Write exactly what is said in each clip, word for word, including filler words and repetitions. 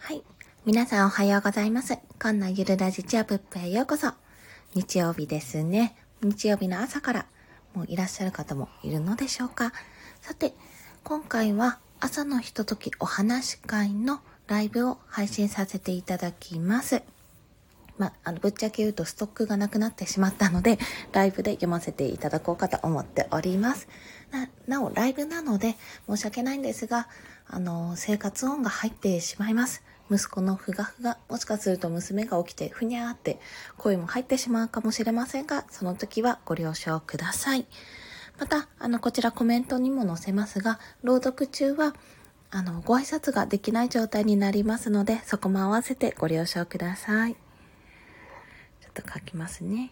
はい。皆さんおはようございます。今のゆるラジチアブップへようこそ。日曜日ですね。日曜日の朝からもういらっしゃる方もいるのでしょうか。さて、今回は朝のひとときお話し会のライブを配信させていただきます。まあ、あのぶっちゃけ言うとストックがなくなってしまったのでライブで読ませていただこうかと思っております。な, なおライブなので申し訳ないんですが、あの生活音が入ってしまいます。息子のふがふが、もしかすると娘が起きてふにゃーって声も入ってしまうかもしれませんが、その時はご了承ください。またあのこちらコメントにも載せますが、朗読中はあのご挨拶ができない状態になりますので、そこも合わせてご了承ください。ちょっと書きますね。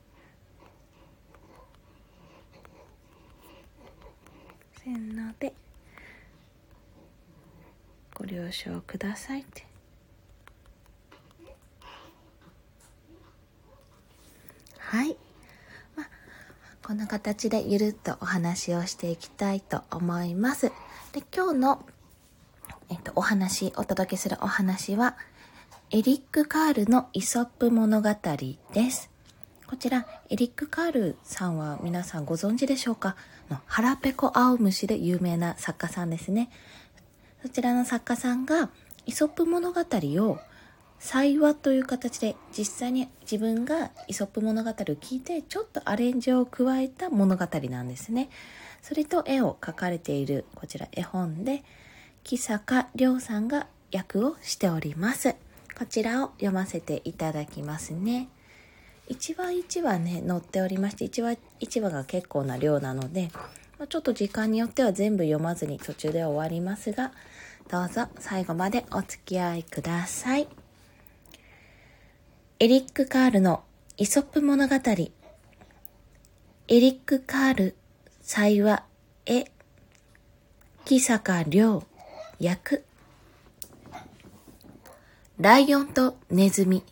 せーのでご了承くださいって。はい、まあ、こんな形でゆるっとお話をしていきたいと思います。で、今日の、えっと、お話お届けするお話はエリック・カールのイソップ物語です。こちらエリック・カールさんは皆さんご存知でしょうか。の腹ペコ青虫で有名な作家さんですね。そちらの作家さんがイソップ物語を祭話という形で実際に自分がイソップ物語を聞いてちょっとアレンジを加えた物語なんですね。それと絵を描かれているこちら絵本で木坂亮さんが役をしております。こちらを読ませていただきますね。一話一話ね載っておりまして、一話一話が結構な量なのでちょっと時間によっては全部読まずに途中で終わりますが、どうぞ最後までお付き合いください。エリック・カールのイソップ物語。エリック・カール祭話絵、木坂亮役。ライオンとネズミ。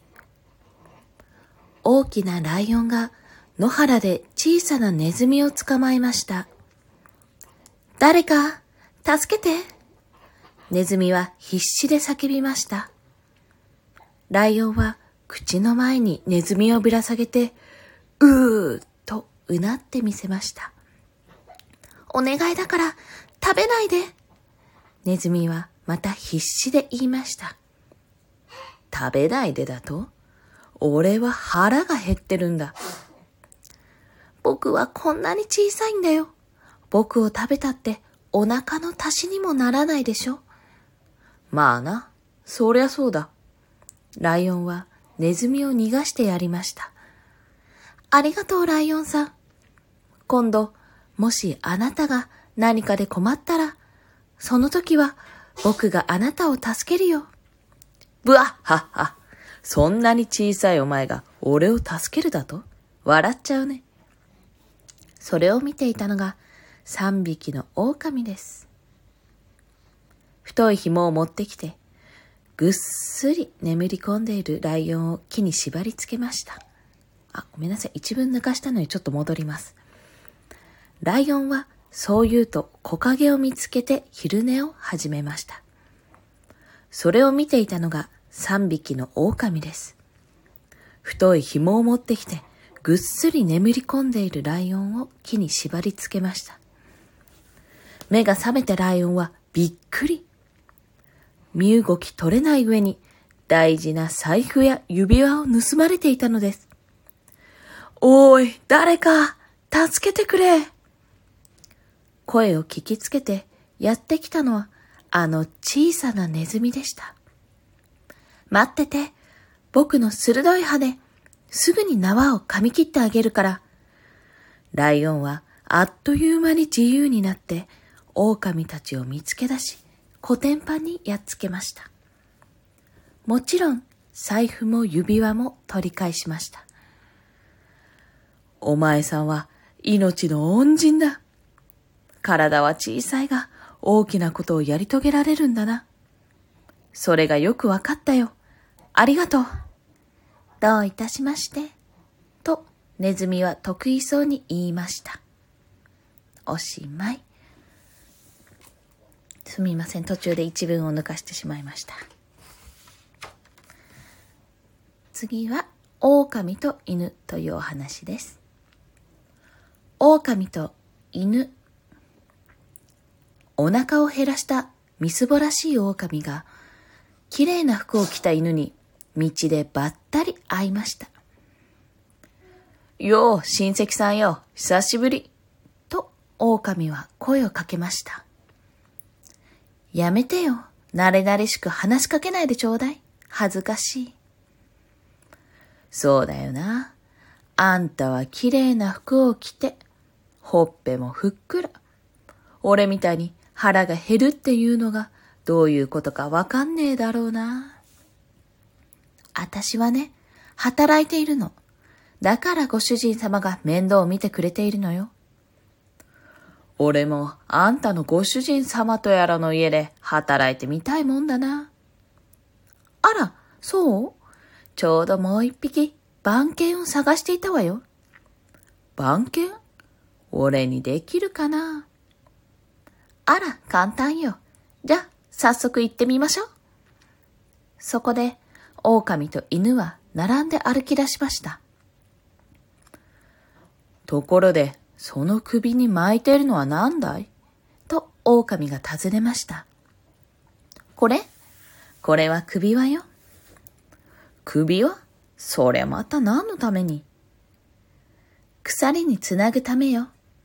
大きなライオンが野原で小さなネズミを捕まえました。誰か助けて。ネズミは必死で叫びました。ライオンは口の前にネズミをぶら下げて、うーとうなってみせました。お願いだから食べないで。ネズミはまた必死で言いました。食べないでだと？俺は腹が減ってるんだ。僕はこんなに小さいんだよ。僕を食べたってお腹の足しにもならないでしょ。まあな、そりゃそうだ。ライオンはネズミを逃がしてやりました。ありがとうライオンさん。今度、もしあなたが何かで困ったら、その時は僕があなたを助けるよ。ぶわっはっは。そんなに小さいお前が俺を助けるだと？笑っちゃうね。それを見ていたのが三匹の狼です。太い紐を持ってきて、ぐっすり眠り込んでいるライオンを木に縛り付けました。あ、ごめんなさい。一文抜かしたのにちょっと戻ります。ライオンはそう言うと木陰を見つけて昼寝を始めました。それを見ていたのが三匹の狼です。太い紐を持ってきてぐっすり眠り込んでいるライオンを木に縛り付けました。目が覚めたライオンはびっくり。身動き取れない上に大事な財布や指輪を盗まれていたのです。おーい、誰か助けてくれ。声を聞きつけてやってきたのはあの小さなネズミでした。待ってて、僕の鋭い歯ですぐに縄を噛み切ってあげるから。ライオンはあっという間に自由になって狼たちを見つけ出し、コテンパンにやっつけました。もちろん財布も指輪も取り返しました。お前さんは命の恩人だ。体は小さいが大きなことをやり遂げられるんだな。それがよくわかったよ。ありがとう。どういたしまして。とネズミは得意そうに言いました。おしまい。すみません、途中で一文を抜かしてしまいました。 次は、狼と犬というお話です。狼と犬。お腹を減らしたみすぼらしい狼が、きれいな服を着た犬に道でばったり会いました。よう、親戚さんよ、久しぶり。と、狼は声をかけました。やめてよ、慣れ慣れしく話しかけないでちょうだい。恥ずかしい。そうだよな。あんたはきれいな服を着て、ほっぺもふっくら。俺みたいに腹が減るっていうのがどういうことかわかんねえだろうな。あたしはね、働いているの。だからご主人様が面倒を見てくれているのよ。俺もあんたのご主人様とやらの家で働いてみたいもんだな。あら、そう？ちょうどもう一匹番犬を探していたわよ。番犬？俺にできるかな？あら、簡単よ。じゃあ、早速行ってみましょう。そこで、狼と犬は並んで歩き出しました。ところで、その首に巻いているのは何だい？と狼が尋ねました。これ？これは首輪よ。首輪？それまた何のために？鎖につなぐためよ。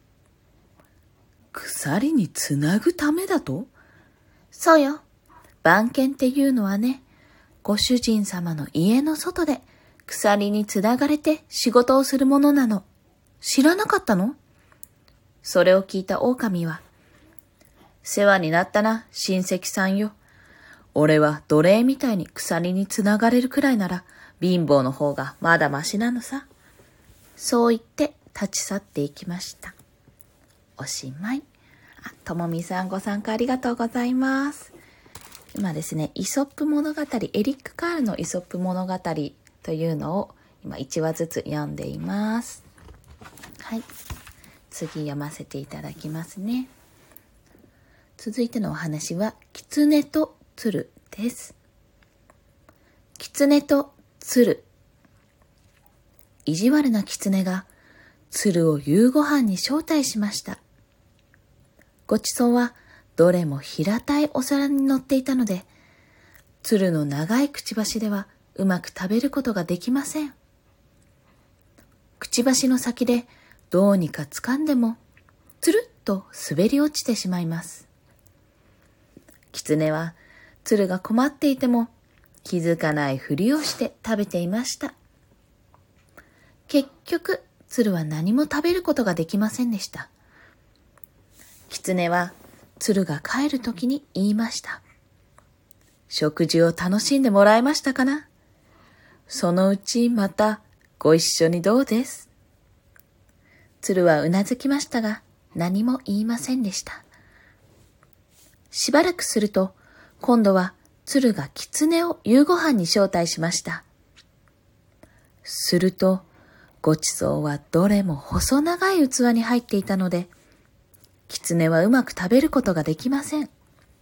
鎖につなぐためだと？そうよ。番犬っていうのはね、ご主人様の家の外で鎖につながれて仕事をするものなの。知らなかったの？それを聞いた狼は、世話になったな、親戚さんよ。俺は奴隷みたいに鎖につながれるくらいなら、貧乏の方がまだましなのさ。そう言って立ち去っていきました。おしまい。あ、ともみさんご参加ありがとうございます。今ですね、イソップ物語、エリック・カールのイソップ物語というのを今いちわずつ読んでいます。はい。次読ませていただきますね。続いてのお話は、狐と鶴です。狐と鶴。意地悪な狐が鶴を夕ご飯に招待しました。ごちそうはどれも平たいお皿に乗っていたので、鶴の長いくちばしではうまく食べることができません。くちばしの先でどうにか掴んでも、つるっと滑り落ちてしまいます。狐は鶴が困っていても気づかないふりをして食べていました。結局、鶴は何も食べることができませんでした。狐は鶴が帰るときに言いました。食事を楽しんでもらえましたかな？そのうちまたご一緒にどうです？鶴はうなずきましたが何も言いませんでした。しばらくすると今度は鶴が狐を夕ご飯に招待しました。するとごちそうはどれも細長い器に入っていたので、狐はうまく食べることができません。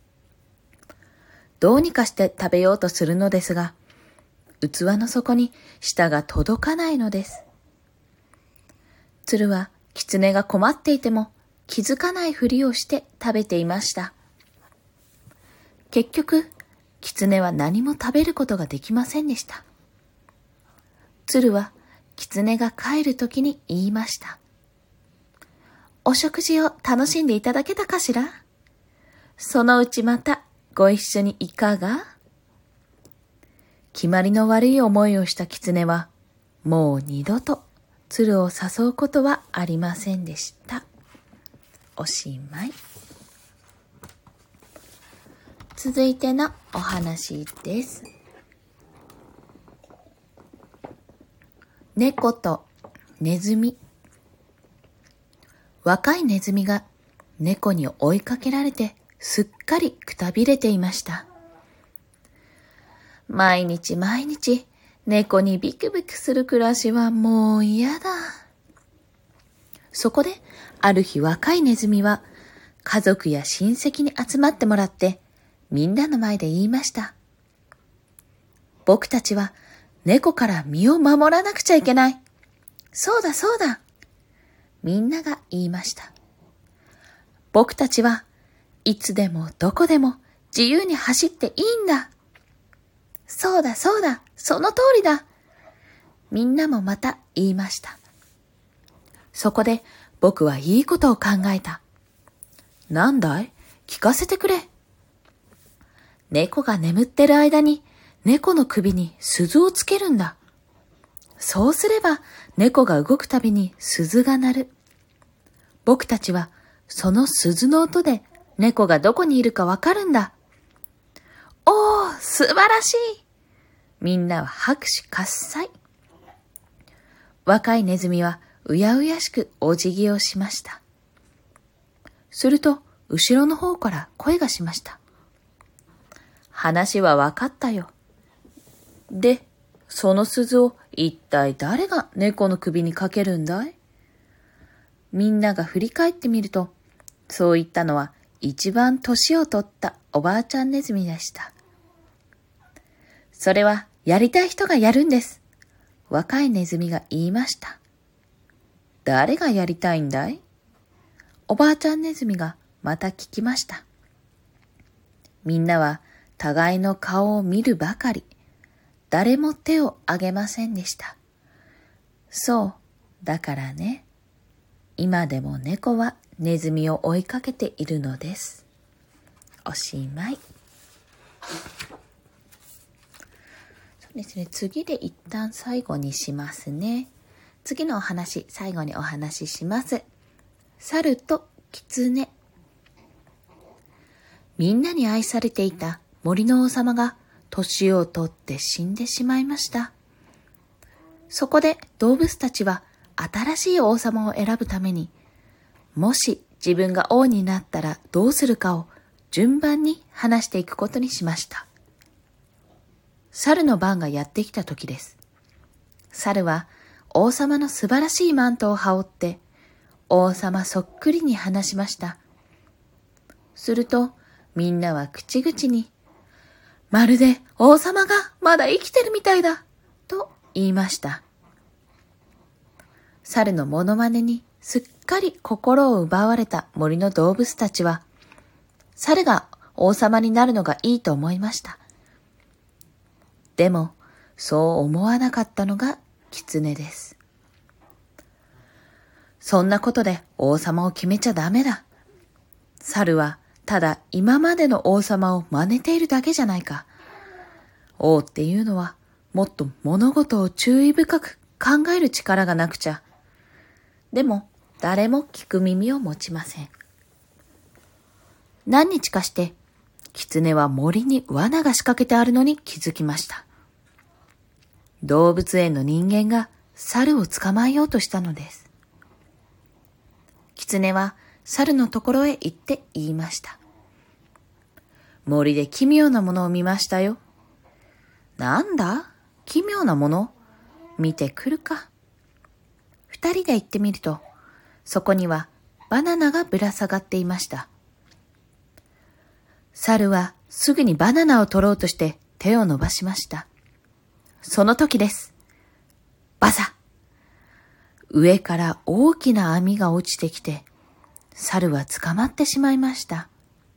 どうにかして食べようとするのですが、器の底に舌が届かないのです。鶴は狐が困っていても気づかないふりをして食べていました。結局、狐は何も食べることができませんでした。鶴は狐が帰るときに言いました。お食事を楽しんでいただけたかしら？そのうちまたご一緒にいかが？決まりの悪い思いをした狐は、もう二度と鶴を誘うことはありませんでした。おしまい。続いてのお話です。猫とネズミ。若いネズミが猫に追いかけられてすっかりくたびれていました。毎日毎日猫にビクビクする暮らしはもう嫌だ。そこである日若いネズミは家族や親戚に集まってもらってみんなの前で言いました。僕たちは猫から身を守らなくちゃいけない。そうだそうだ。みんなが言いました。僕たちはいつでもどこでも自由に走っていいんだ。そうだそうだ、その通りだ。みんなもまた言いました。そこで僕はいいことを考えた。なんだい？聞かせてくれ。猫が眠ってる間に猫の首に鈴をつけるんだ。そうすれば猫が動くたびに鈴が鳴る。僕たちはその鈴の音で猫がどこにいるかわかるんだ。おー、素晴らしい。みんなは拍手喝采。若いネズミはうやうやしくお辞儀をしました。すると後ろの方から声がしました。話はわかったよ。で、その鈴を一体誰が猫の首にかけるんだい？みんなが振り返ってみると、そう言ったのは一番年を取ったおばあちゃんネズミでした。それはやりたい人がやるんです。若いネズミが言いました。誰がやりたいんだい？おばあちゃんネズミがまた聞きました。みんなは互いの顔を見るばかり。誰も手を挙げませんでした。そう、だからね。今でも猫はネズミを追いかけているのです。おしまい。そうですね、次で一旦最後にしますね。次のお話、最後にお話しします。猿と狐。みんなに愛されていた森の王様が年を取って死んでしまいました。そこで動物たちは新しい王様を選ぶために、もし自分が王になったらどうするかを順番に話していくことにしました。猿の番がやってきた時です。猿は王様の素晴らしいマントを羽織って王様そっくりに話しました。するとみんなは口々に、まるで王様がまだ生きてるみたいだと言いました。猿のモノマネにすっかり心を奪われた森の動物たちは、猿が王様になるのがいいと思いました。でも、そう思わなかったのが狐です。そんなことで王様を決めちゃダメだ。猿はただ今までの王様を真似ているだけじゃないか。王っていうのはもっと物事を注意深く考える力がなくちゃ。でも誰も聞く耳を持ちません。何日かして狐は森に罠が仕掛けてあるのに気づきました。動物園の人間が猿を捕まえようとしたのです。狐は猿のところへ行って言いました。森で奇妙なものを見ましたよ。なんだ？奇妙なもの？見てくるか。二人で行ってみると、そこにはバナナがぶら下がっていました。猿はすぐにバナナを取ろうとして手を伸ばしました。その時です。バサ！上から大きな網が落ちてきて、猿は捕まってしまいました。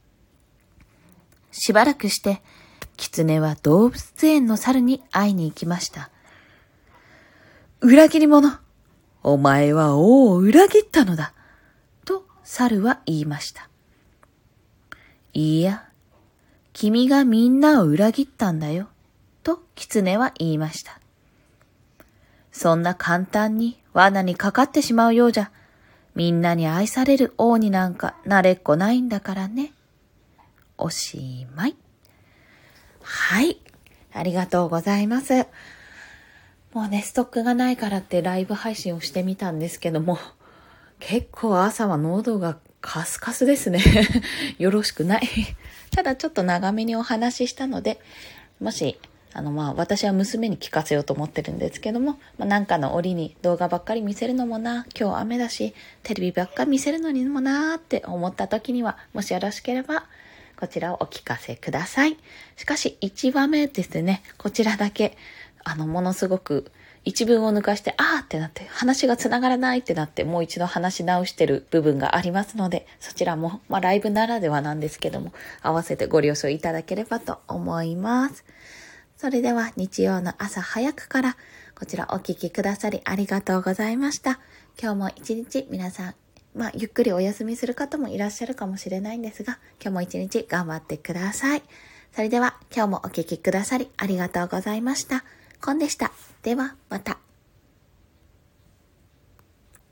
しばらくして、狐は動物園の猿に会いに行きました。裏切り者！お前は王を裏切ったのだ！と猿は言いました。いいや、君がみんなを裏切ったんだよ。と狐は言いました。そんな簡単に罠にかかってしまうようじゃ、みんなに愛される王になんかなれっこないんだからね。おしまい。はい。ありがとうございます。もうね、ストックがないからってライブ配信をしてみたんですけども、結構朝は喉がカスカスですね。よろしくない。ただちょっと長めにお話ししたので、もし、あのまあ私は娘に聞かせようと思ってるんですけども、まあ、なんかの折に動画ばっかり見せるのもな、今日雨だし、テレビばっかり見せるのにもなーって思った時には、もしよろしければ、こちらをお聞かせください。しかしいちわめですね、こちらだけあの、ものすごく一文を抜かして、あーってなって、話がつながらないってなって、もう一度話し直してる部分がありますので、そちらも、まあ、ライブならではなんですけども、合わせてご了承いただければと思います。それでは、日曜の朝早くから、こちらお聞きくださりありがとうございました。今日も一日皆さん、まあ、ゆっくりお休みする方もいらっしゃるかもしれないんですが、今日も一日頑張ってください。それでは、今日もお聞きくださりありがとうございました。コンでした。では、また。